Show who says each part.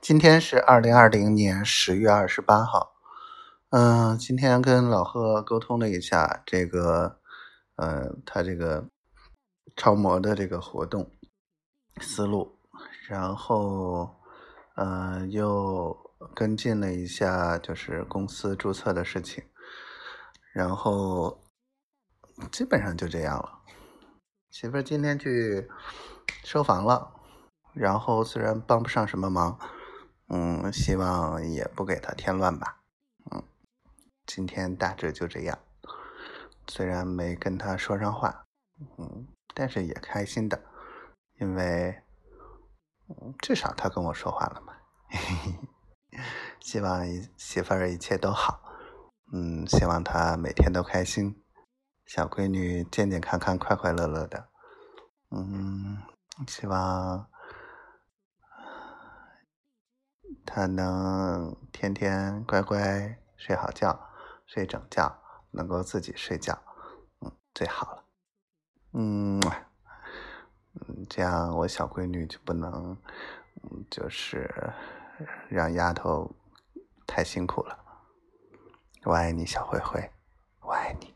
Speaker 1: 今天是2020年10月28号。今天跟老贺沟通了一下他这个超模的这个活动思路，然后又跟进了一下就是公司注册的事情，然后基本上就这样了。媳妇儿今天去收房了，然后虽然帮不上什么忙，希望也不给他添乱吧。今天大致就这样，虽然没跟他说上话，但是也开心的，因为至少他跟我说话了嘛。希望媳妇儿一切都好，希望她每天都开心，小闺女健健康康、快快乐乐的，希望她能天天乖乖睡好觉，睡整觉，能够自己睡觉，最好了。这样我小闺女就不能，就是让丫头太辛苦了。我爱你，小灰灰，我爱你。